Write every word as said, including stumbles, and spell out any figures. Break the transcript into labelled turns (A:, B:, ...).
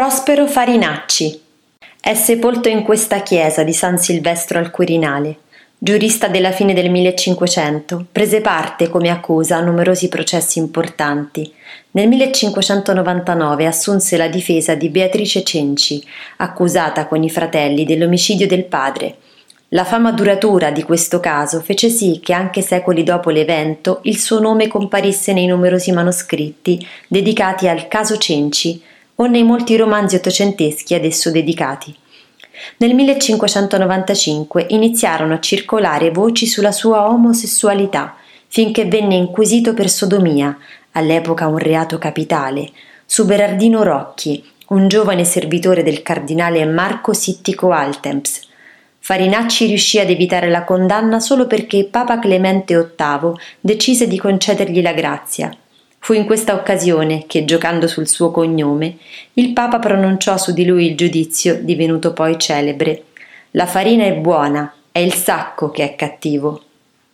A: Prospero Farinacci. È sepolto in questa chiesa di San Silvestro al Quirinale. Giurista della fine del millecinquecento, prese parte come accusa a numerosi processi importanti. Nel millecinquecentonovantanove assunse la difesa di Beatrice Cenci, accusata con i fratelli dell'omicidio del padre. La fama duratura di questo caso fece sì che anche secoli dopo l'evento il suo nome comparisse nei numerosi manoscritti dedicati al caso Cenci o nei molti romanzi ottocenteschi ad esso dedicati. Nel millecinquecentonovantacinque iniziarono a circolare voci sulla sua omosessualità, finché venne inquisito per sodomia, all'epoca un reato capitale, su Berardino Rocchi, un giovane servitore del cardinale Marco Sittico Altemps. Farinacci riuscì ad evitare la condanna solo perché Papa Clemente ottavo decise di concedergli la grazia. Fu in questa occasione che, giocando sul suo cognome, il Papa pronunciò su di lui il giudizio, divenuto poi celebre: «La farina è buona, è il sacco che è cattivo».